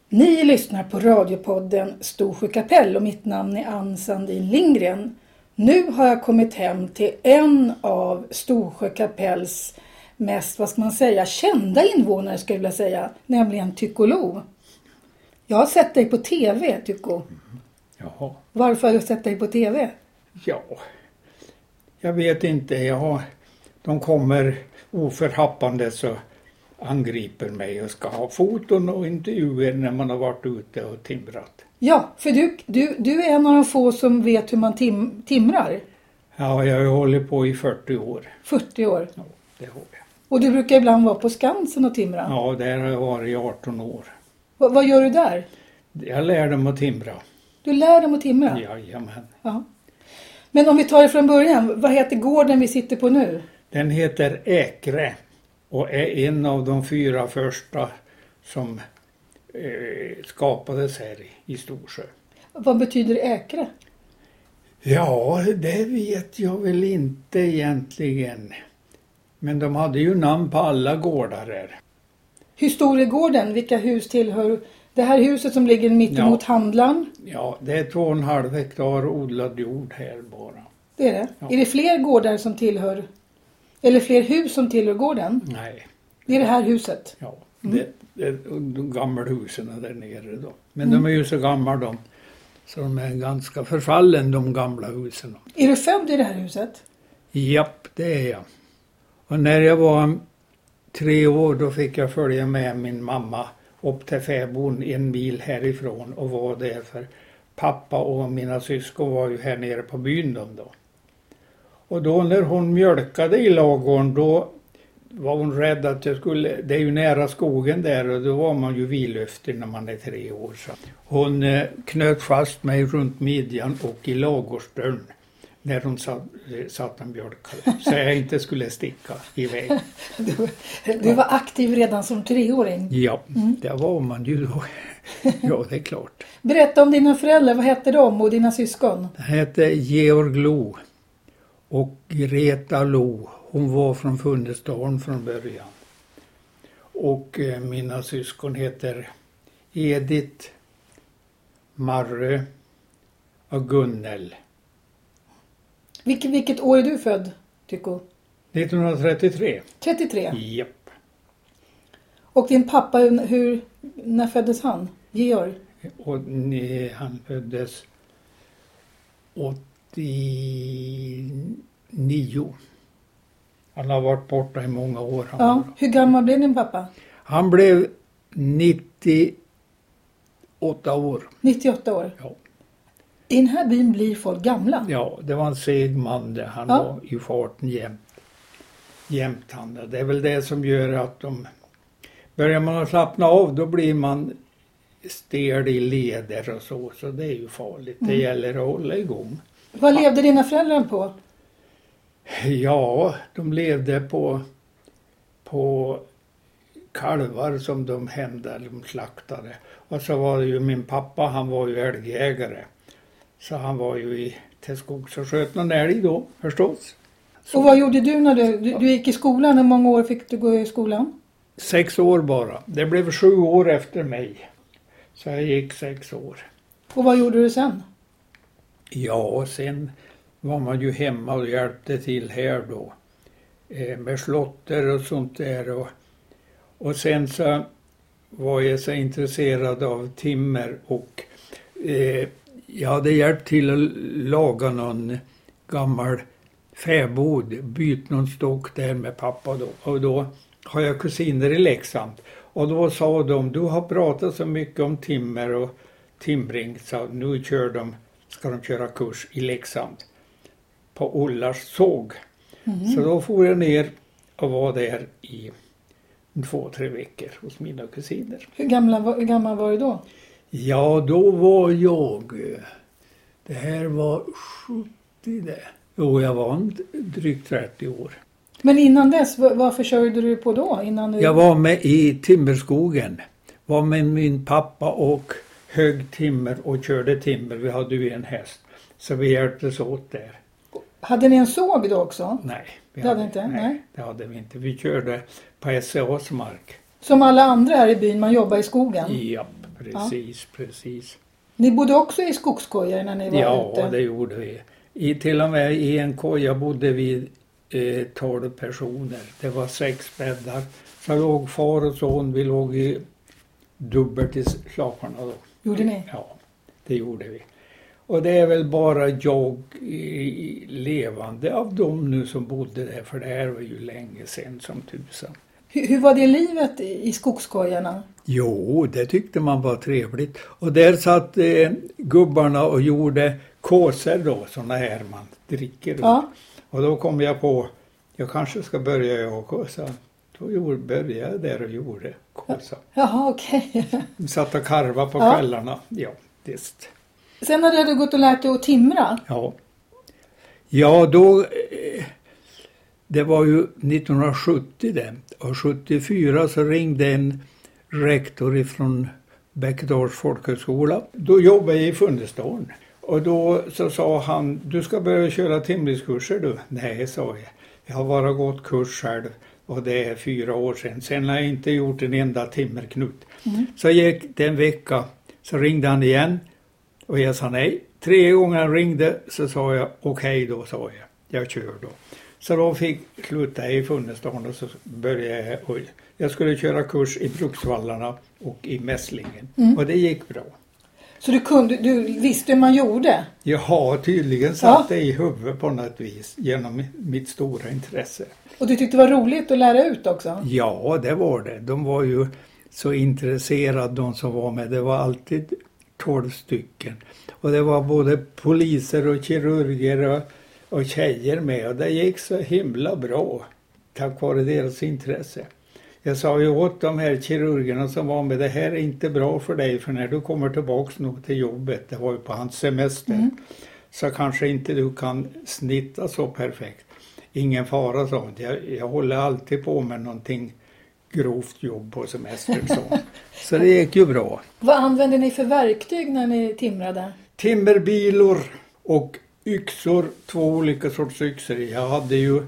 Ni lyssnar på radiopodden Storsjö kapell och mitt namn är Ann Sandin Lindgren. Nu har jag kommit hem till en av Storsjö kapells mest, kända invånare skulle jag vilja säga, nämligen Tycho Lo. Jag har sett dig på tv, Tycho. Jaha. Varför har du sett dig på tv? Ja, jag vet inte. De kommer oförhappande så angriper mig och ska ha foton och intervjuer när man har varit ute och timrat. Ja, för du är en av de få som vet hur man timrar. Ja, jag har hållit på i 40 år. 40 år? Ja, det har jag. Och du brukar ibland vara på Skansen och timra? Ja, där har jag varit i 18 år. Vad gör du där? Jag lär dem att timra. Du lär dem att timra? Jajamän. Ja. Men om vi tar det från början, vad heter gården vi sitter på nu? Den heter Äkre och är en av de 4 första som skapades här i Storsjö. Vad betyder Äkre? Ja, det vet jag väl inte egentligen. Men de hade ju namn på alla gårdar här. Hur stor är gården? Vilka hus tillhör det här huset som ligger mitt emot handlaren? Ja, det är 2,5 hektar odlad jord här bara. Det är det? Ja. Är det fler gårdar som tillhör, eller fler hus som tillhör gården? Nej. Det är det här huset? Ja, det är de gamla husen där nere då. Men de är ju så gamla de. Så de är ganska förfallen, de gamla husen. Är du född i det här huset? Japp, det är jag. Och när jag var 3 år då fick jag följa med min mamma upp till Fäbon 1 mil härifrån och var där för pappa och mina syskon var ju här nere på byn då. Och då när hon mjölkade i ladugården då var hon rädd att jag skulle, det är ju nära skogen där och då var man ju vidlyftig när man är 3 år. Så. Hon knöt fast mig runt midjan och i ladugårdsdörren när hon satt och mjölkade så jag inte skulle sticka iväg. Du var aktiv redan som 3-åring? Ja, det var man ju då. Ja, det är klart. Berätta om dina föräldrar, vad hette de och dina syskon? Det hette Georg Lo och Greta Lo. Hon var från Funnesdalen från början. Och mina syskon heter Edith, Marre och Gunnel. Vilket år är du född, Tycho? 1933. 33? Japp. Och din pappa, när föddes han? Georg? Och han föddes 89. Han har varit borta i många år. Ja. Hur gammal blev din pappa? Han blev 98 år. 98 år? Ja. I den här byn blir folk gamla? Ja, det var en seg man där. Han var i farten jämt han. Det är väl det som gör att börjar man att slappna av då blir man stel i leder och så det är ju farligt. Det gäller att hålla igång. Vad levde dina föräldrar på? Ja, de levde på kalvar som de slaktade. Och så var det ju min pappa, han var ju älgjägare. Så han var ju till skogs och sköt någon älg då, förstås. Så. Och vad gjorde du när du gick i skolan? Hur många år fick du gå i skolan? 6 år bara. Det blev 7 år efter mig. Så jag gick 6 år. Och vad gjorde du sen? Ja, sen var man ju hemma och hjälpte till här då. Med slotter och sånt där. Och sen så var jag så intresserad av timmer och jag hade hjälpt till att laga någon gammal fäbod, byt någon stock där med pappa då. Och då har jag kusiner i Leksand. Och då sa de, du har pratat så mycket om timmer och timring så nu ska de köra kurs i Leksand på Ollars såg. Så då får jag ner och var där i 2-3 veckor hos mina kusiner. Hur gammal var du då? Ja, då var det här var 70 det. Jo, jag var drygt 30 år. Men innan dess, vad försörjde du på då? Jag var med i timmerskogen. Var med min pappa och högg timmer och körde timmer. Vi hade ju en häst. Så vi hjälptes åt där. Hade ni en såg då också? Nej. Det hade inte? Nej, det hade vi inte. Vi körde på SCA:s mark. Som alla andra här i byn, man jobbar i skogen? Japp. precis. Ni bodde också i skogskojor när ni var ute? Ja, det gjorde vi. Till och med i en koja bodde vi 12 personer. Det var 6 bäddar. Så låg far och son, vi låg i dubbelt i slaparna då. Gjorde ni? Ja, det gjorde vi. Och det är väl bara jag levande av dem nu som bodde där, för det här var ju länge sedan som tusan. Hur var det livet i skogskojorna? Jo, det tyckte man var trevligt. Och där satt gubbarna och gjorde kåser då, sådana här man dricker. Ja. Och då kom jag på, jag kanske ska börja göra kåsa. Då började jag där och gjorde kåsa. Jaha, okej. Satt och karva på kvällarna. Ja, visst. Sen hade du gått och lärt dig att timra. Ja. Ja, då... Det var ju 1970 det. Och 74 så ringde en rektor ifrån Bäckedals folkhögskola. Då jobbade jag i Fundestorn. Och då så sa han, du ska börja köra timringskurser du. Nej, sa jag. Jag har bara gått kurs själv. Och det är 4 år sedan. Sen har jag inte gjort en enda timmerknut. Så gick det en vecka. Så ringde han igen. Och jag sa nej. 3 gånger han ringde så sa jag okej då, sa jag. Jag kör då. Så då fick sluta i Fundestorn och så började jag. Och jag skulle köra kurs i Bruksvallarna och i Mässlingen. Och det gick bra. Så du visste hur man gjorde? Jag har tydligen satt det i huvudet på något vis genom mitt stora intresse. Och du tyckte det var roligt att lära ut också? Ja, det var det. De var ju så intresserade de som var med. Det var alltid 12 stycken. Och det var både poliser och kirurger och tjejer med. Och det gick så himla bra tack vare deras intresse. Jag sa ju åt de här kirurgerna som var med, det här är inte bra för dig för när du kommer tillbaka nog till jobbet, det var ju på hans semester, så kanske inte du kan snitta så perfekt. Ingen fara, sa jag håller alltid på med någonting grovt jobb på semester. Så det gick ju bra. Vad använde ni för verktyg när ni timrade? Timmerbilor och yxor, 2 olika sorts yxor. Jag hade ju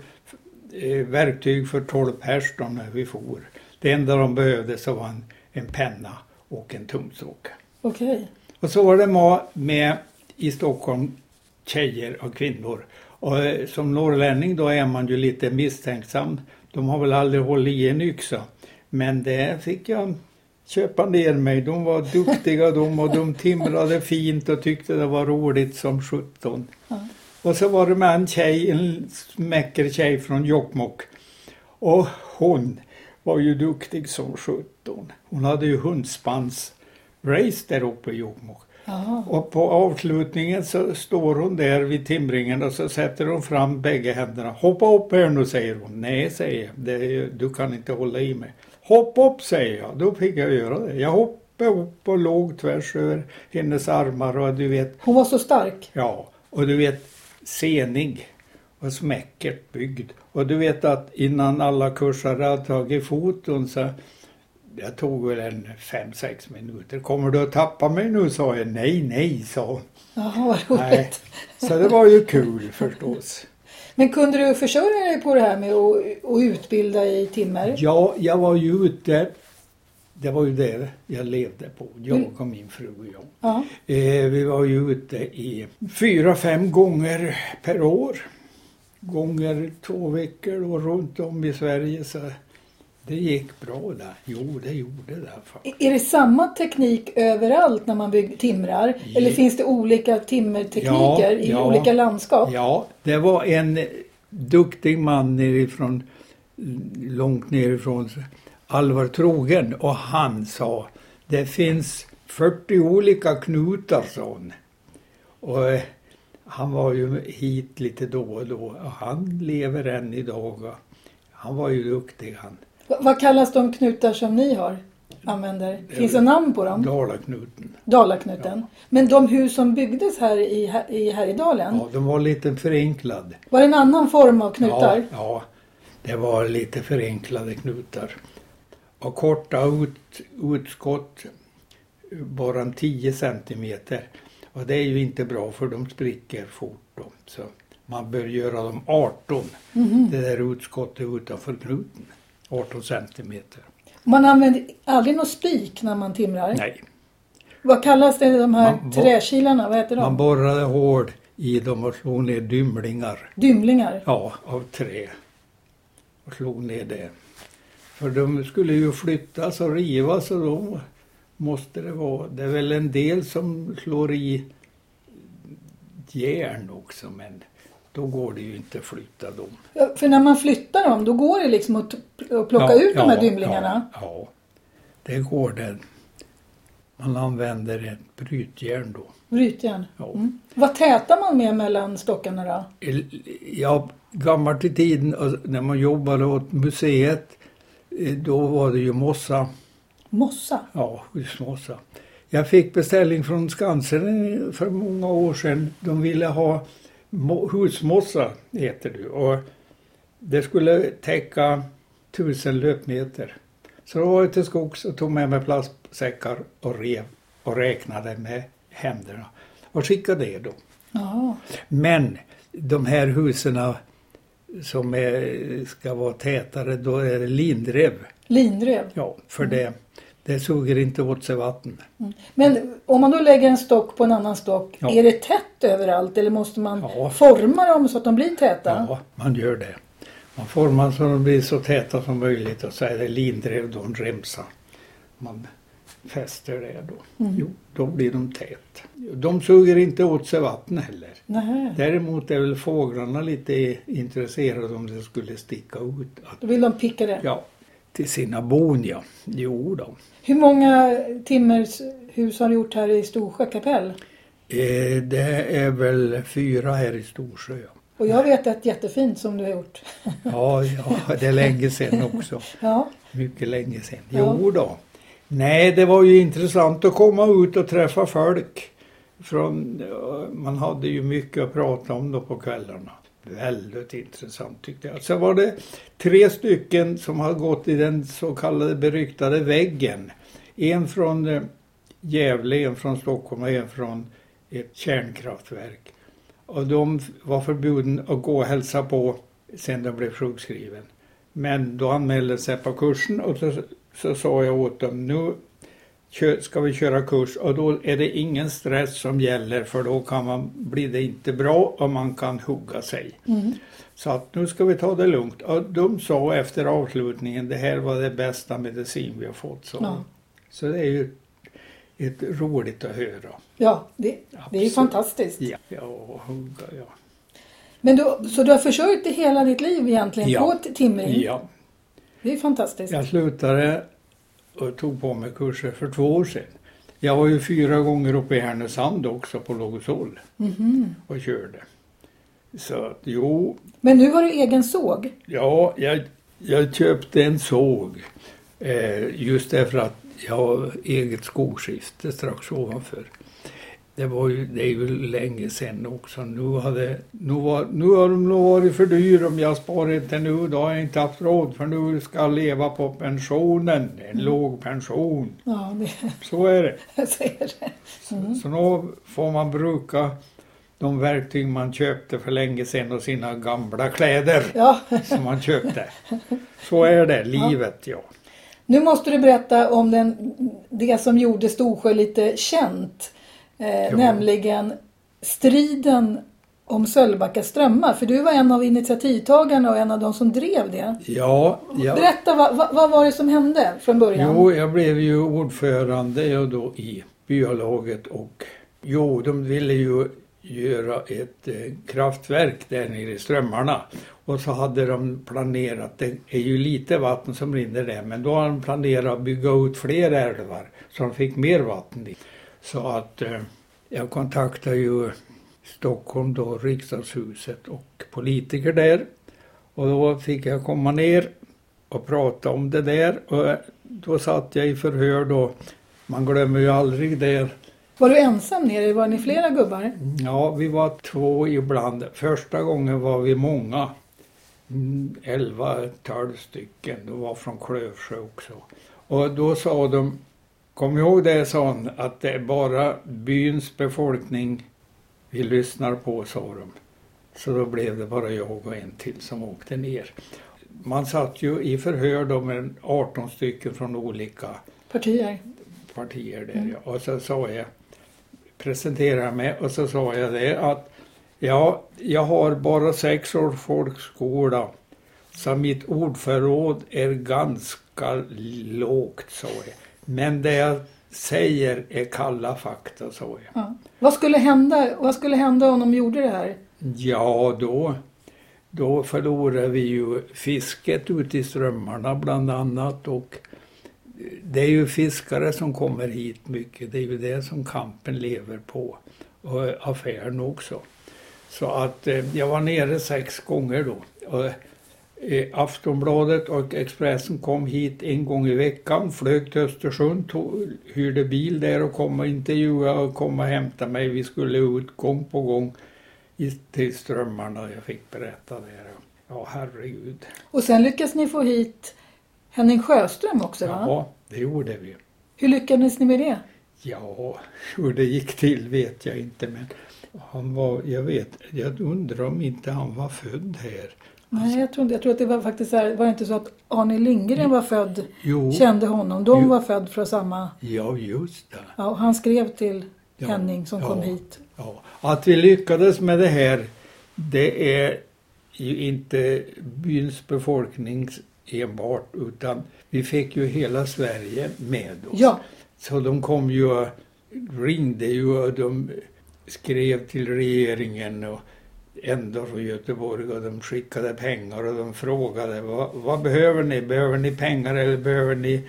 verktyg för 12 pers när vi for. Det enda de behövde så var en penna och en tumsåg. Okej. Och så var det med i Stockholm tjejer och kvinnor. Och som norrlänning då är man ju lite misstänksam. De har väl aldrig hållit i en yxa. Men det fick jag köpa ner mig. De var duktiga och de timrade fint och tyckte det var roligt som 17. Ja. Och så var det med en smäcker tjej från Jokkmokk. Och hon var ju duktig som 17. Hon hade ju hundspannsrace där uppe i Jokkmokk. Och på avslutningen så står hon där vid timringen och så sätter hon fram bägge händerna. Hoppa upp här nu, säger hon. Nej, säger jag. Du kan inte hålla i mig. Hoppa upp, säger jag. Då fick jag göra det. Jag hoppade upp och låg tvärs över hennes armar och du vet. Hon var så stark. Ja, och du vet, senig och smäckert byggd. Och du vet att innan alla kursare hade tagit foton så jag tog väl en 5-6 minuter. Kommer du att tappa mig nu, sa jag. Nej, sa hon. Jaha, vad roligt. Nej. Så det var ju kul förstås. Men kunde du försörja dig på det här med att utbilda i timmer? Ja, jag var ju ute. Det var ju det jag levde på. Jag och min fru och jag. Ja. Vi var ju ute i 4-5 gånger per år. Gånger 2 veckor och runt om i Sverige så det gick bra där. Jo, det gjorde det faktiskt. Är det samma teknik överallt när man timrar? Ja. Eller finns det olika timmertekniker i olika landskap? Ja, det var en duktig man långt nerifrån Alvar Trogen och han sa det finns 40 olika knutar, sa han. Och han var ju hit lite då och då och han lever än idag. Han var ju duktig han. Vad kallas de knutar som ni använder? Finns det namn på dem? Dalaknuten. Ja. Men de hus som byggdes här i Härjedalen? Ja, de var lite förenklade. Var det en annan form av knutar? Ja, det var lite förenklade knutar. Och korta utskott, bara 10 centimeter. Och det är ju inte bra för de spricker fort då. Så man bör göra dem 18. Det där utskottet utanför knuten. 18 centimeter. Man använder aldrig någon spik när man timrar? Nej. Vad kallas det, de här träkilarna? Vad heter de? Man borrade hål i dem och slog ner dymlingar. Dymlingar? Ja, av trä. Och slog ner det. För de skulle ju flyttas och rivas och då måste det vara. Det är väl en del som slår i järn också, men då går det ju inte att flytta dem. Ja, för när man flyttar dem, då går det liksom att plocka ut de här dymlingarna? Ja, det går det. Man använder ett brytjärn då. Brytjärn? Ja. Mm. Vad tätar man med mellan stockarna då? Ja, gammalt i tiden när man jobbade åt museet, då var det ju mossa. Mossa? Ja, husmossa. Jag fick beställning från Skansen för många år sedan. De ville ha husmossa, heter det. Och det skulle täcka 1000 löpmeter. Så då var jag till skogs och tog med mig plastsäckar och rev och räknade med händerna. Och skickade det då. Ja. Men de här husen som ska vara tätare, då är det lindrev. Lindrev? Ja, för det suger inte åt sig vatten. Mm. Men om man då lägger en stock på en annan stock, är det tätt överallt eller måste man forma dem så att de blir täta? Ja, man gör det. Man formar så att de blir så täta som möjligt och så är det lindrev då, en remsa. Man fäster det då. Jo, då blir de tät. De suger inte åt sig vatten heller. Nej. Däremot är väl fåglarna lite intresserade om det skulle sticka ut. Då vill de picka det? Ja, till sina bon, ja. Jo då. Hur många timmerhus har du gjort här i Storsjö kapell? Det är väl 4 här i Storsjö. Och jag vet ett jättefint som du har gjort. Ja, det är länge sedan också. Ja. Mycket länge sedan. Jo då. Nej, det var ju intressant att komma ut och träffa folk. Man hade ju mycket att prata om då på kvällarna. Väldigt intressant tyckte jag. Så var det 3 stycken som har gått i den så kallade beryktade väggen. En från Gävle, en från Stockholm och en från ett kärnkraftverk. Och de var förbjuden att gå och hälsa på sen de blev sjukskriven. Men då anmälde sig på kursen och så sa jag åt dem, nu ska vi köra kurs och då är det ingen stress som gäller för då blir det inte bra och man kan hugga sig. Mm. Så att nu ska vi ta det lugnt. Och de sa efter avslutningen, det här var det bästa medicin vi har fått. Så det är ju ett roligt att höra. Ja, det är ju fantastiskt. Ja, hugga, ja. Men så du har försökt i hela ditt liv egentligen på timring? Ja. Det är fantastiskt. Jag slutade och tog på mig kurser för 2 år sedan. Jag var ju 4 gånger uppe i Härnösand också på Lågosol och körde. Så att, jo. Men nu har du egen såg? Ja, jag köpte en såg just därför att jag har eget skogsskifte strax ovanför. Det är ju länge sedan också. Nu har de nog varit för dyr om jag sparar inte nu. Då har jag inte haft råd för nu ska jag leva på pensionen. En låg pension. Ja, så är det. Jag säger det. Så nu får man bruka de verktyg man köpte för länge sedan och sina gamla kläder som man köpte. Så är det, livet, ja. Nu måste du berätta om det som gjorde Storsjö lite känt. Nämligen striden om Sölvbacka strömmar. För du var en av initiativtagarna och en av de som drev det. Ja. Berätta, vad var det som hände från början? Jo, jag blev ju ordförande då i byalaget och de ville ju göra ett kraftverk där nere i strömmarna. Och så hade de planerat, det är ju lite vatten som rinner där, men då har de planerat att bygga ut fler älvar så de fick mer vatten dit. Så att jag kontaktade ju Stockholm då, riksdagshuset och politiker där. Och då fick jag komma ner och prata om det där. Och då satt jag i förhör då. Man glömmer ju aldrig det. Var du ensam nere? Var ni flera gubbar? Ja, vi var 2 ibland. Första gången var vi många. 11-12 stycken. De var från Klövsjö också. Och då sa de, kom ihåg det, sa hon, att det är bara byns befolkning vi lyssnar på, sa de. Så då blev det bara jag och en till som åkte ner. Man satt ju i förhör då med 18 stycken från olika kvarter där. Och så sa jag, presenterade mig och så sa jag det att ja, jag har bara 6 års folkskola. Så mitt ordförråd är ganska lågt, sa jag. Men det jag säger är kalla fakta, sa jag. Ja. Vad skulle hända om de gjorde det här? Ja, då förlorar vi ju fisket ute i strömmarna bland annat. Och det är ju fiskare som kommer hit mycket. Det är ju det som kampen lever på. Och affären också. Så att jag var nere 6 gånger då. Och Aftonbladet och Expressen kom hit en gång i veckan, flög till Östersund, hyrde bil där och kom och intervjua och kom och hämta mig. Vi skulle ut gång på gång till strömmarna. Jag fick berätta det. Ja, herregud. Och sen lyckades ni få hit Henning Sjöström också, va? Ja, det gjorde vi. Hur lyckades ni med det? Ja, hur det gick till vet jag inte, men han var, jag undrar om inte han var född här. Nej, jag tror att det var faktiskt så här, var det inte så att Arne Lindgren var född, jo, kände honom, de var född från samma... Ja, just det. Ja, och han skrev till Henning som kom hit. Ja, att vi lyckades med det här, det är ju inte byns befolkning enbart, utan vi fick ju hela Sverige med oss. Ja. Så de kom ju, ringde ju och de skrev till regeringen och ända från Göteborg och de skickade pengar och de frågade vad behöver ni? Behöver ni pengar eller behöver ni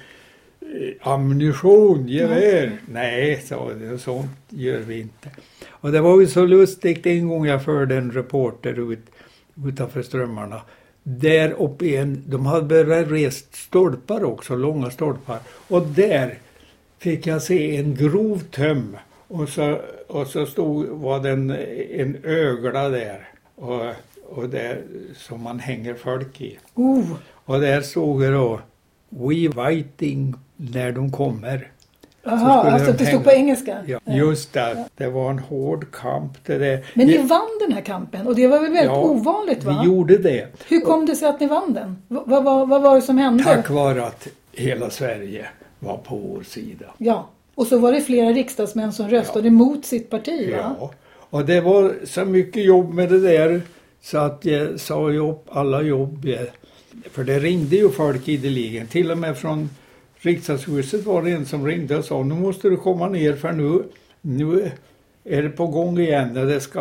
ammunition, gevär? Nej, sa det, sånt gör vi inte. Och det var ju så lustigt, en gång jag förde en reporter utanför strömmarna. Där uppe de hade börjat rest stolpar också, långa stolpar. Och där fick jag se en grov töm. Och så var det en ögla där. Och där som man hänger folk i. Och där stod det då "We waiting" när de kommer. Jaha, alltså det stod på engelska? Ja, just det. Det var en hård kamp. Men ni vann den här kampen och det var väl väldigt ovanligt, va? Vi gjorde det. Hur kom det sig att ni vann den? Vad var det som hände? Tack vare att hela Sverige var på vår sida. Ja, och så var det flera riksdagsmän som röstade mot sitt parti, va? Ja, och det var så mycket jobb med det där så att jag sa upp alla jobb. För det ringde ju folk ideligen. Till och med från riksdagshuset var det en som ringde och sa nu måste du komma ner för nu är det på gång igen.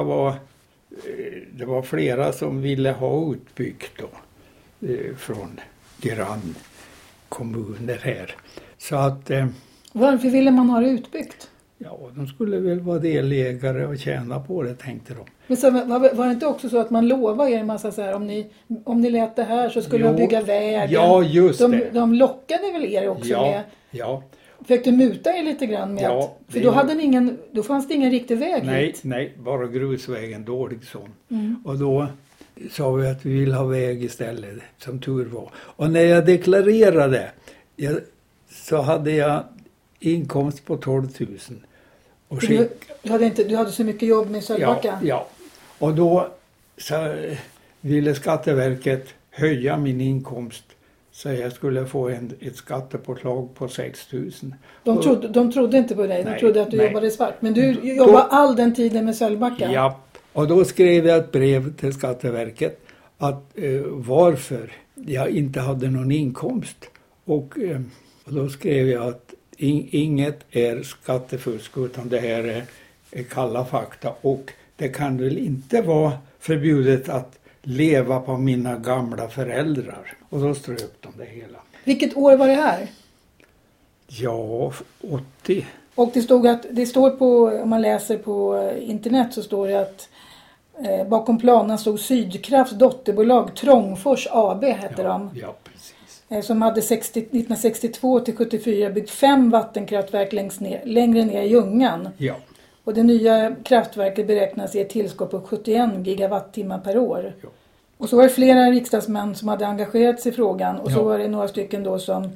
Det var flera som ville ha utbyggt då, från grannkommuner här. Så att... Varför ville man ha det utbyggt? Ja, de skulle väl vara delägare och tjäna på det, tänkte de. Men så, var det inte också så att man lovade er en massa så här, om ni lät det här så skulle de bygga vägen? Ja, just det. De lockade väl er också med? Ja. Fick du muta er lite grann med att, för då fanns det ingen riktig väg hit? Nej, bara grusvägen, dålig sån. Och då sa vi att vi vill ha väg istället, som tur var. Och när jag deklarerade så hade jag inkomst på 12 000. Och du hade så mycket jobb med Sölvbacka? Ja. Och då så ville Skatteverket höja min inkomst så jag skulle få ett skattepåslag på 6 000. De trodde inte på dig, de trodde att du jobbade svart. Men du jobbade all den tiden med Sölvbacka? Ja, och då skrev jag ett brev till Skatteverket att varför jag inte hade någon inkomst. Och då skrev jag att inget är skattefusk utan det här är kalla fakta. Och det kan väl inte vara förbjudet att leva på mina gamla föräldrar. Och då ströp de det hela. Vilket år var det här? Ja, 80. Och det står på, om man läser på internet så står det att bakom planen stod Sydkrafts dotterbolag Trångfors AB hette de. Ja, precis. Som hade 1962 till 74 byggt 5 vattenkraftverk längre ner i Ljungan. Ja. Och det nya kraftverket beräknas ge ett tillskott på 71 gigawattimmar per år. Ja. Och så var det flera riksdagsmän som hade engagerat sig i frågan. Och så var det några stycken då som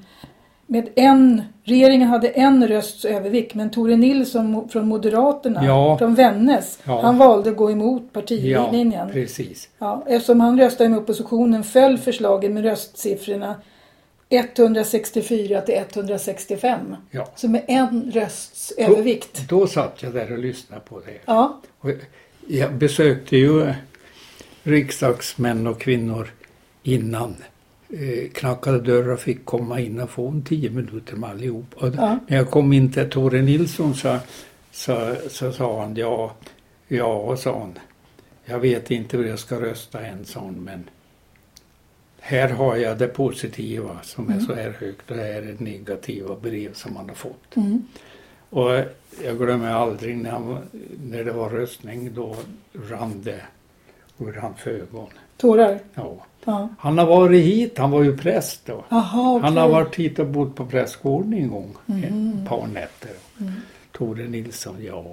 regeringen hade en rösts övervikt. Men Tore Nilsson från Moderaterna, från Vännäs, han valde att gå emot partilinjen. Ja, precis. Ja, eftersom han röstade med oppositionen föll förslagen med röstsiffrorna 164 till 165. Ja. Så med en rösts övervikt. Då satt jag där och lyssnade på det. Ja. Och jag besökte ju riksdagsmän och kvinnor innan. Knackade dörrar och fick komma in och få 10 minuter med allihop. Och när jag kom in till Tore Nilsson så sa han ja, sa han. Jag vet inte hur jag ska rösta än, sa han, men här har jag det positiva som är så här högt och här är det negativa brev som man har fått. Och jag glömmer aldrig när det var röstning, då rann det ur hans ögon. Tårar? Ja. Ja. Han har varit hit, han var ju präst då. Aha, okay. Han har varit hit och bott på prästgården en gång, ett par nätter. Tore Nilsson, ja.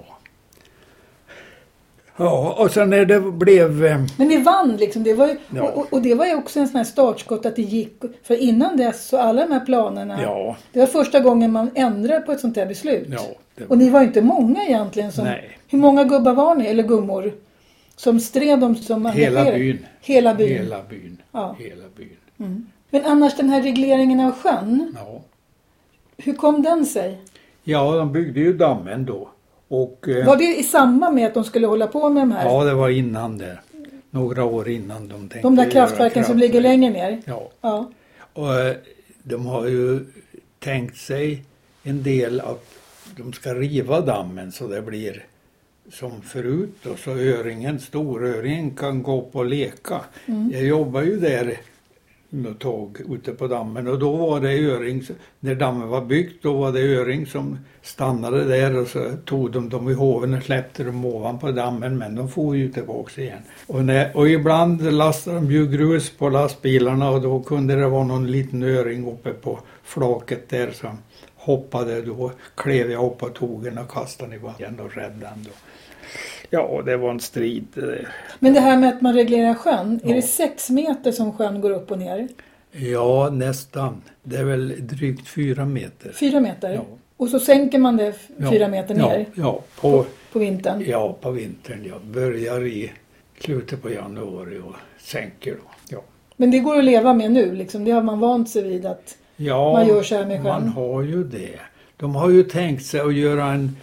Ja, och sen när det blev... Men ni vann liksom, det var ju, och det var ju också en sån här startskott att det gick, för innan dess så alla de här planerna, det var första gången man ändrade på ett sånt här beslut. Ja, och ni var inte många egentligen som, hur många gubbar var ni, eller gummor, som stred om som Hela byn. Hela byn. Hela byn. Ja. Hela byn. Men annars den här regleringen av sjön, hur kom den sig? Ja, de byggde ju dammen då. Och, var det i samband med att de skulle hålla på med de här? Ja, det var innan det. Några år innan de tänkte. De där kraftverken som ligger längre ner? Ja. Och de har ju tänkt sig en del att de ska riva dammen så det blir som förut. Och så storöringen kan gå upp och leka. Jag jobbar ju där något tag ute på dammen och då var det öring, när dammen var byggt, då var det öring som stannade där och så tog de dem i hoven och släppte dem ovanpå dammen, men de får ju tillbaka igen. Och ibland lastade de ju grus på lastbilarna och då kunde det vara någon liten öring uppe på flaket där som hoppade, då klev jag upp och tog den och kastade den i vatten och räddade den då. Ja, det var en strid. Men det här med att man reglerar sjön, är det 6 meter som sjön går upp och ner? Ja, nästan. Det är väl drygt 4 meter. 4 meter? Ja. Och så sänker man det 4 meter ner? Ja, på vintern? Ja, på vintern. Jag börjar i slutet på januari och sänker då. Ja. Men det går att leva med nu, liksom. Det har man vant sig vid att man gör så här med sjön? Ja, man har ju det. De har ju tänkt sig att göra en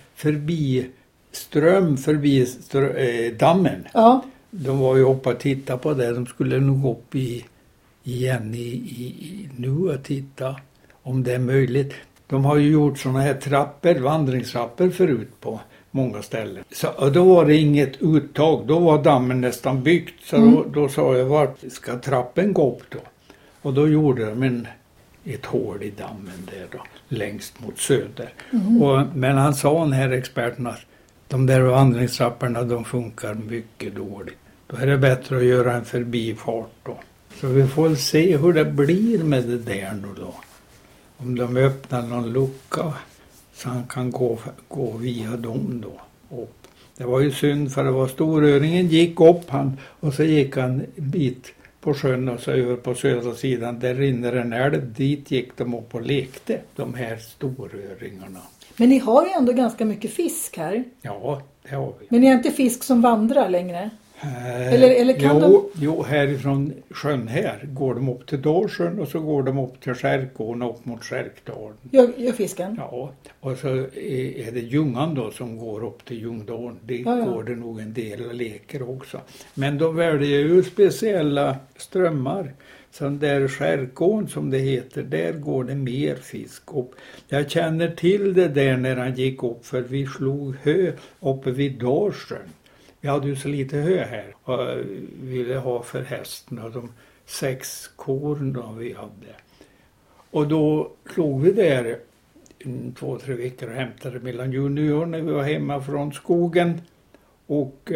ström förbi dammen. Ja. De var ju uppe och titta på det. De skulle nog upp igen nu och titta om det är möjligt. De har ju gjort såna här vandringstrappor förut på många ställen. Och då var det inget uttag. Då var dammen nästan byggt. Så då sa jag, vart ska trappen gå upp då? Och då gjorde de ett hål i dammen där då, längst mot söder. Men han sa, den här experten, att de där vandringstrapporna, de funkar mycket dåligt. Då är det bättre att göra en förbifart då. Så vi får se hur det blir med det där nu då. Om de öppnar någon lucka så han kan gå via dem då. Och det var ju synd, för det var storöringen gick upp och så gick han en bit på sjön och så över på södra sidan. Där rinner en älv, dit gick de upp och lekte, de här storöringarna. Men ni har ju ändå ganska mycket fisk här. Ja, det har vi. Men ni har inte fisk som vandrar längre? Eller kan jo, härifrån sjön här går de upp till Dalsjön och så går de upp till Skärkån och upp mot Skärkdalen. Gör fisken? Ja, och så är det Ljungan då som går upp till Ljungdalen. Det går det nog en del och leker också. Men de väljer ju speciella strömmar. Så där Skärkån som det heter, där går det mer fisk upp. Jag känner till det där när han gick upp, för vi slog hö uppe vid Dalsjön. Vi hade ju så lite hö här och ville ha för hästen och de 6 korna vi hade. Och då slog vi där 2-3 veckor och hämtade mellan junior när vi var hemma från skogen. Och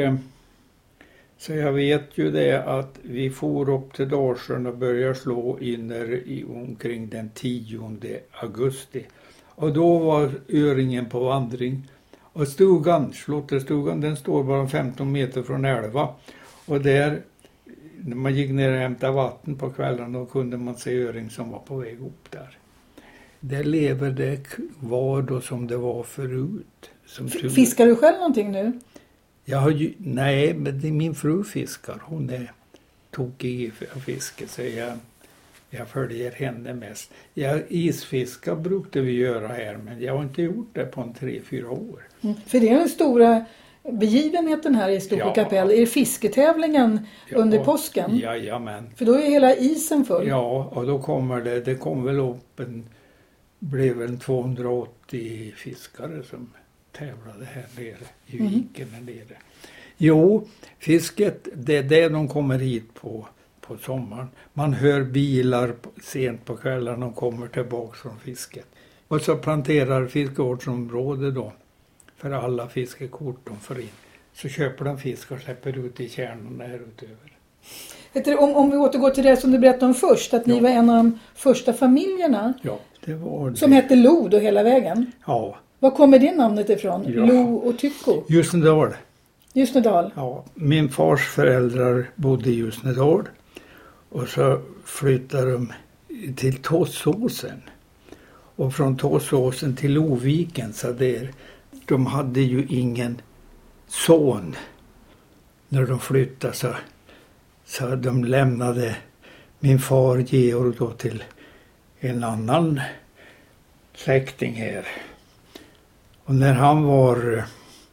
så jag vet ju det att vi for upp till Dalsjön och började slå in omkring den 10 augusti. Och då var öringen på vandring. Och slotterstugan, den står bara 15 meter från älva. Och där, när man gick ner och hämtade vatten på kvällen, då kunde man se öring som var på väg upp där. Där lever det kvar då som det var förut. Fiskar du själv någonting nu? Nej, men det är min fru fiskar. Hon är tokig för fiske. Så Jag följer henne mest. Isfiska brukade vi göra här, men jag har inte gjort det på 3-4 år. För det är den stora begivenheten här i Storsjö kapell. Är det fisketävlingen under påsken? Jajamän. För då är hela isen full. Ja, och då kommer det kom väl upp blev väl 280 fiskare som tävlade här nere i viken här nere. Jo, fisket, det är det de kommer hit på sommaren. Man hör bilar sent på kvällen, de kommer tillbaka från fisket. Och så planterar fiskevårdsområde då, för alla fiskekort de får in. Så köper de fisk och släpper ut i kärnorna här utöver. Om vi återgår till det som du berättade om först, att ni var en av de första familjerna. Ja, det var det. Som hette Lo då hela vägen. Ja. Var kommer det namnet ifrån? Ja. Lo och Tycko? Ljusnedal. Ljusnedal? Ja, min fars föräldrar bodde i Ljusnedal. Och så flyttade de till Tåssåsen. Och från Tåssåsen till Loviken, så de hade ju ingen son när de flyttade, så de lämnade min far Georg då till en annan släkting här. Och när han var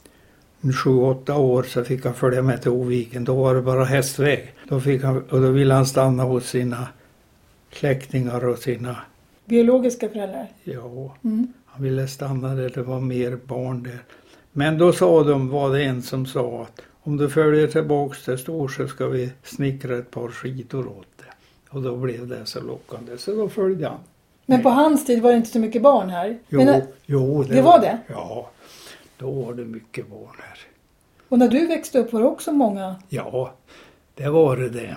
7-8 år så fick han följa med till Oviken. Då var det bara hästväg. Då ville han stanna hos sina släktingar och sina... Biologiska föräldrar? Ja, han ville stanna där. Det var mer barn där. Men då var det en som sa att om du följer tillbaks till Storsjö ska vi snickra ett par skidor åt det. Och då blev det så lockande. Så då följde han. Men på hans tid var det inte så mycket barn här? Jo, det var det? Ja, då var det mycket barn här. Och när du växte upp var det också många? Ja, det var det.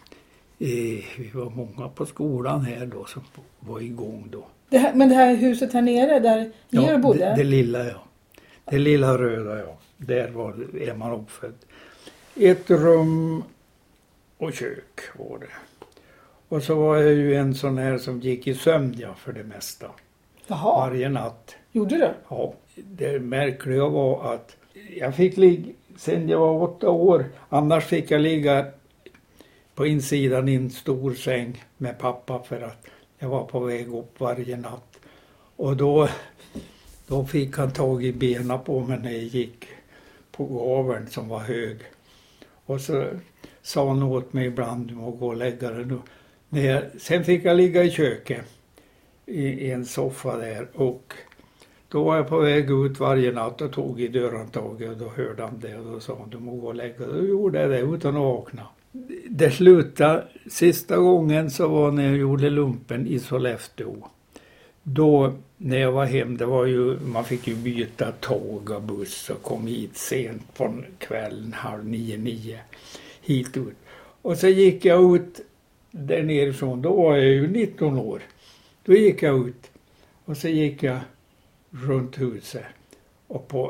Vi var många på skolan här då som var igång då. Men det här huset här nere där Georg bodde? Det lilla, ja. Det lilla röda, ja. Där är man uppfödd. Ett rum och kök var det. Och så var jag ju en sån här som gick i sömn, för det mesta. Jaha. Varje natt. Gjorde du? Ja. Det märkliga var att jag fick ligga sen jag var 8 år. Annars fick jag ligga på insidan i en stor säng med pappa för att jag var på väg upp varje natt. Och då fick han tag i benen på mig när jag gick på gaveln som var hög. Och så sa han åt mig ibland, du må gå och lägga dig nu. Sen fick jag ligga i köket i en soffa där, och då var jag på väg ut varje natt och tog i dörrhandtaget, och då hörde han det och då sa han, du må gå och lägga dig. Då gjorde jag det utan att vakna. Det slutade sista gången så var när jag gjorde lumpen i Sollefteå. Då när jag var hem, det var ju, man fick ju byta tåg och buss och kom hit sent på kvällen 8:30 hit ut. Och så gick jag ut där nerifrån, då var jag ju 19 år. Då gick jag ut och så gick jag runt huset och på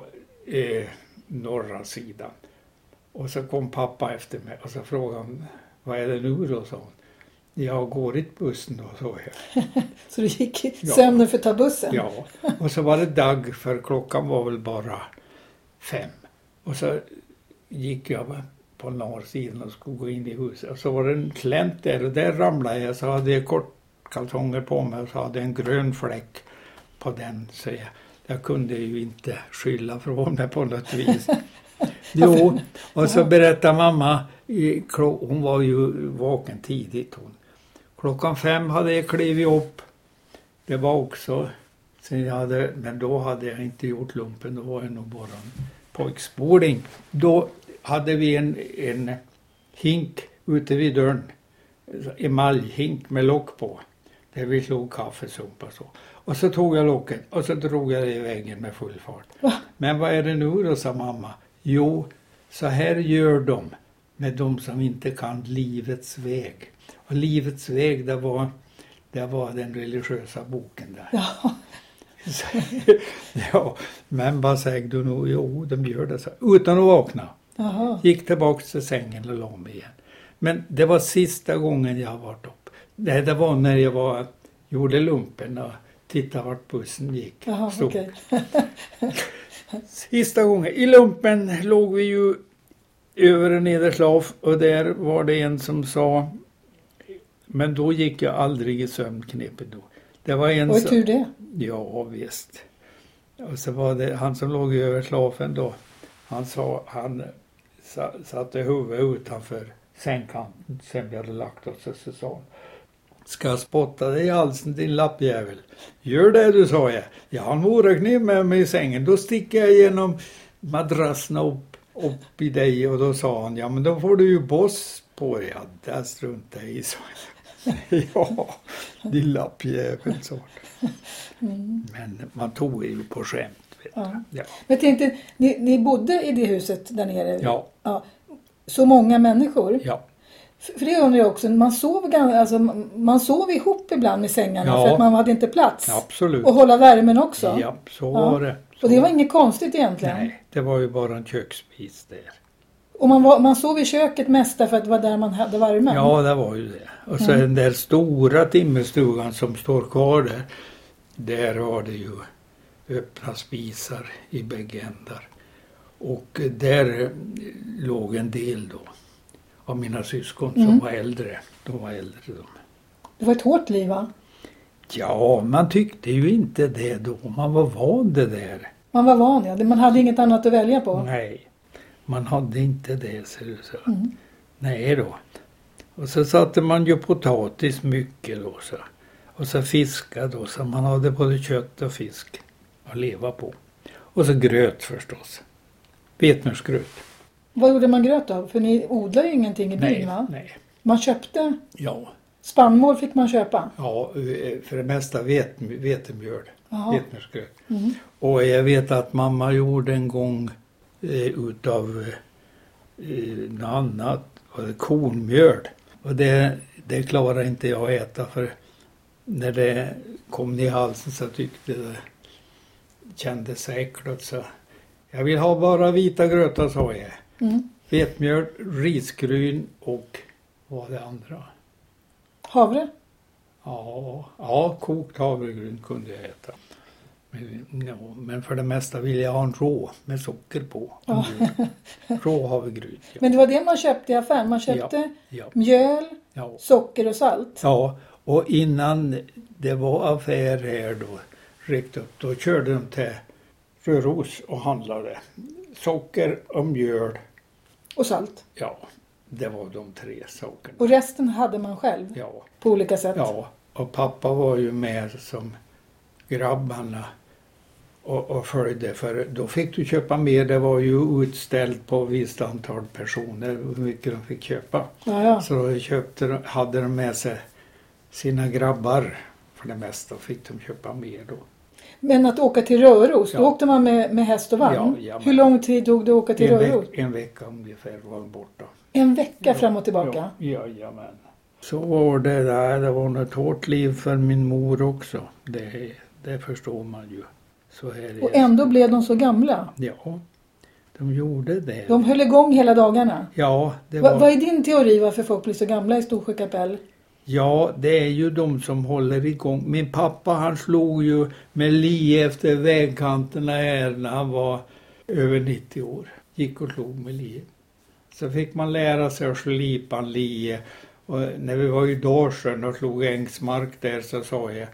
norra sidan. Och så kom pappa efter mig och så frågade han, vad är det nu då, sa hon. Jag går i bussen då, så jag. Så du gick i sömnen för att ta bussen? Ja, och så var det dag, för klockan var väl bara 5. Och så gick jag på norrsidan och skulle gå in i huset. Och så var det en klämt där, och där ramlade jag, så hade jag kortkalsonger på mig och så hade jag en grön fläck på den. Så jag kunde ju inte skylla från mig på något vis. Jo, och så berättade mamma, hon var ju vaken tidigt hon. 5:00 hade jag klivit upp. Det var också, men då hade jag inte gjort lumpen, då var jag nog bara en pojkspoling. Då hade vi en hink ute vid dörren, emaljhink med lock på, där vi slog kaffesump och så. Och så tog jag locket och så drog jag det i väggen med full fart. Men vad är det nu då, sa mamma? Jo, så här gör de med de som inte kan livets väg. Och livets väg, det var den religiösa boken där. Ja. Ja, men vad säger du nu? Jo, de gör det så. Utan att vakna. Aha. Gick tillbaka till sängen och la mig igen. Men det var sista gången jag varit upp. Det var när jag gjorde lumpen och tittade vart bussen gick. Jaha, okej. Sista gången. I lumpen låg vi ju över en nederslav och där var det en som sa Men då gick jag aldrig i sömnknepet då. Det var en Vad är tur det? Ja, visst. Och så var det han som låg över slafen då. Han satte huvudet utanför sängkanten sen vi hade lagt oss, och så sa han: ska jag spotta dig i halsen, din lappjävel? Gör det, du, sa jag. Jag har en morakniv med mig i sängen. Då sticker jag igenom madrasserna upp i dig. Och då sa han: ja, men då får du ju boss på dig. Ja, där struntar jag i, sa jag. Ja, din lappjävel, sa han. Men man tog ju på skämt. Ja. Ja. Men tänkte, ni bodde i det huset där nere? Ja. Så många människor? Ja. För det undrar jag också, man sov ihop ibland med sängarna för att man hade inte plats. Absolut. Och hålla värmen också. Ja, så var det. Och det var inget konstigt egentligen. Nej, det var ju bara en köksspis där. Och man sov i köket mest för att det var där man hade värmen? Ja, det var ju det. Och så den där stora timmerstugan som står kvar där var det ju öppna spisar i bägge ändar. Och där låg en del då av mina syskon som var äldre. De var äldre då. Det var ett hårt liv, va? Ja, man tyckte ju inte det då. Man var van det där. Man var van, ja. Man hade inget annat att välja på. Nej, man hade inte det, ser du så. Nej då. Och så satte man ju potatis mycket då så. Och så fiska då, så man hade både kött och fisk att leva på. Och så gröt förstås. Vetmjörsgröt. Vad gjorde man gröt av? För ni odlar ju ingenting i byn, va? Nej. Man köpte? Ja. Spannmål fick man köpa? Ja, för det mesta vetemjöl. Vetmjörsgröt. Och jag vet att mamma gjorde en gång utav något annat. Kornmjöl. Och det klarar inte jag att äta, för när det kom i halsen så tyckte det kändes äckligt, så jag vill ha bara vita grötar, sa jag. Vetmjöl, risgryn och vad det andra? Havre? Ja, kokt havregryn kunde jag äta. Men för det mesta vill jag ha en rå med socker på. Rå havregryn. Ja. Men det var det man köpte i affären. Man köpte mjöl, socker och salt. Ja, och innan det var affär här då, rikt upp, då körde de till Röros och handlade socker och mjöl. Och salt. Ja, det var de 3 sakerna. Och resten hade man själv? Ja. På olika sätt? Ja, och pappa var ju med som grabbarna och följde, för då fick du köpa mer. Det var ju utställt på visst antal personer hur mycket de fick köpa. Ja. Så hade de med sig sina grabbar för det mesta, och fick de köpa mer då. Men att åka till Röros, då åkte man med häst och vagn? Ja, hur lång tid tog det att åka till Röros? En vecka ungefär var de borta. En vecka fram och tillbaka? Jajamän. Så var det där. Det var ett hårt liv för min mor också. Det förstår man ju. Så här och ändå blev de så gamla? Ja, de gjorde det. De höll igång hela dagarna? Ja, det var... Vad är din teori varför folk blir så gamla i Storsjö kapell? Ja, det är ju de som håller igång. Min pappa, han slog ju med lie efter vägkanterna här när han var över 90 år. Gick och slog med lie. Så fick man lära sig att slipa en lie. Och när vi var i Darsjön och slog ängsmark där, så sa jag,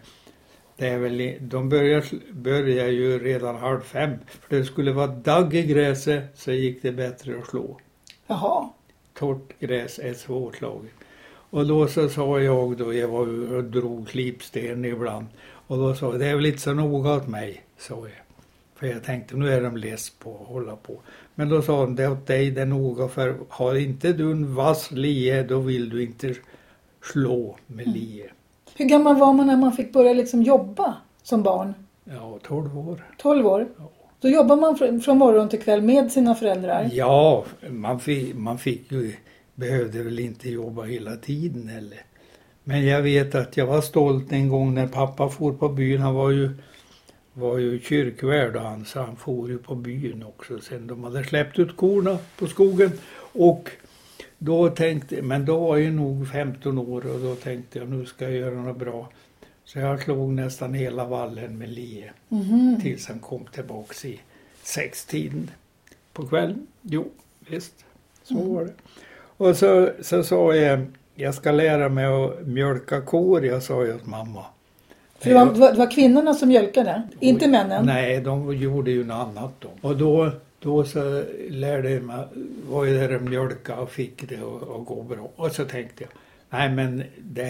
de börjar ju redan 4:30. För det skulle vara dagg i gräset, så gick det bättre att slå. Jaha. Torrt gräs är svårslaget. Och då så sa jag då, jag var och drog slipsten ibland. Och då sa jag, det är väl inte så noga åt mig, sa jag. För jag tänkte, nu är de less på att hålla på. Men då sa de, det är åt dig det är noga, för har inte du en vass lie, då vill du inte slå med lie. Hur gammal var man när man fick börja liksom jobba som barn? Ja, 12 år. 12 år? Ja. Då jobbar man från morgon till kväll med sina föräldrar? Ja, man fick ju, behövde väl inte jobba hela tiden heller. Men jag vet att jag var stolt en gång när pappa for på byn. Han var ju kyrkvärd, och han for ju på byn också. Sen de hade släppt ut korna på skogen. Och då var jag nog 15 år, och då tänkte jag, nu ska jag göra något bra. Så jag slog nästan hela vallen med lie. Tills han kom tillbaka i 6-tiden på kvällen. Jo, visst. Så var det. Och så sa jag jag ska lära mig att mjölka kor, jag sa ju åt mamma. För det var kvinnorna som mjölkade, inte männen? Nej, de gjorde ju något annat då. Och då så lärde jag mig, var ju där och mjölka och fick det att gå bra. Och så tänkte jag, nej men det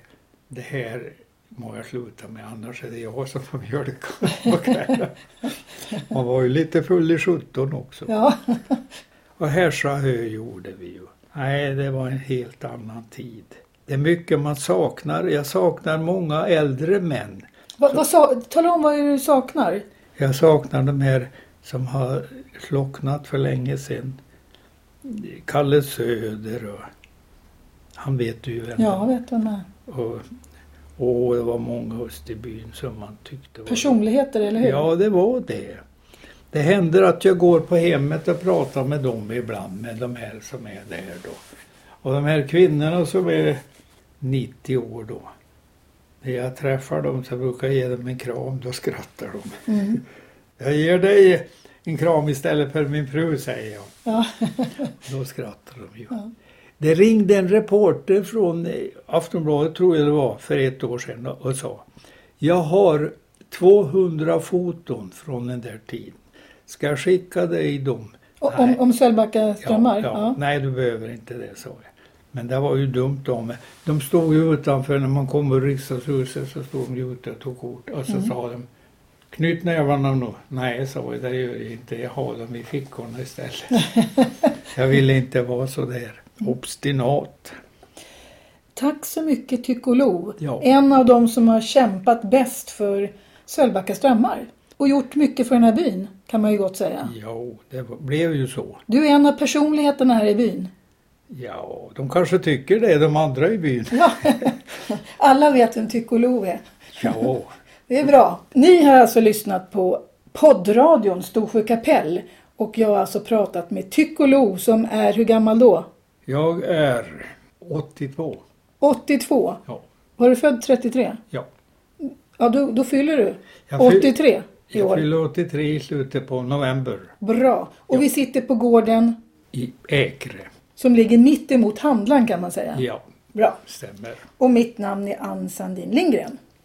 här må jag sluta med, annars är det jag som får mjölka på kvällen. Man var ju lite full i 17 också. Ja. Och Härsahö gjorde vi ju. Nej, det var en helt annan tid. Det är mycket man saknar. Jag saknar många äldre män. Tala om vad du saknar. Jag saknar de här som har slocknat för länge sedan. Kalle Söder och han vet du ju vem. Ja, vet vem är. Och det var många hos i byn som man tyckte var... Personligheter, eller hur? Ja, det var det. Det händer att jag går på hemmet och pratar med dem ibland, med de här som är där då. Och de här kvinnorna som är 90 år då. När jag träffar dem så brukar jag ge dem en kram, då skrattar de. Mm. Jag ger dig en kram istället för min fru, säger jag. Ja. Då skrattar de ju. Ja. Det ringde en reporter från Aftonbladet, tror jag det var, för 1 år sedan och sa: jag har 200 foton från den där tiden. Ska jag skicka dig dem? Om Sölvbacka strömmar? Ja. Nej, du behöver inte det, sa jag. Men det var ju dumt om mig. De stod ju utanför, när man kom ur riksdagshuset så stod de ju ute och tog kort. Och så sa de, knyt nävarna nu. Nej, sa jag, det gör jag inte. Jag har dem i fickorna istället. Jag ville inte vara så där obstinat. Tack så mycket, Tycho Lo. Ja. En av dem som har kämpat bäst för Sölvbacka strömmar. Och gjort mycket för den här byn, kan man ju gott säga. Ja, det blev ju så. Du är en av personligheterna här i byn. Ja, de kanske tycker det, de andra i byn. Ja. Alla vet vem Tycho Lo är. Ja. Det är bra. Ni har alltså lyssnat på poddradion Storsjö kapell. Och jag har alltså pratat med Tycho Lo, som är hur gammal då? Jag är 82. 82? Ja. Var du född 33? Ja. Ja, då fyller du 83 i år. Jag fyller 83 i slutet på november. Bra. Och vi sitter på gården i Äkre. Som ligger mitt emot Handlan, kan man säga. Ja, bra. Stämmer. Och mitt namn är Ann Sandin Lindgren.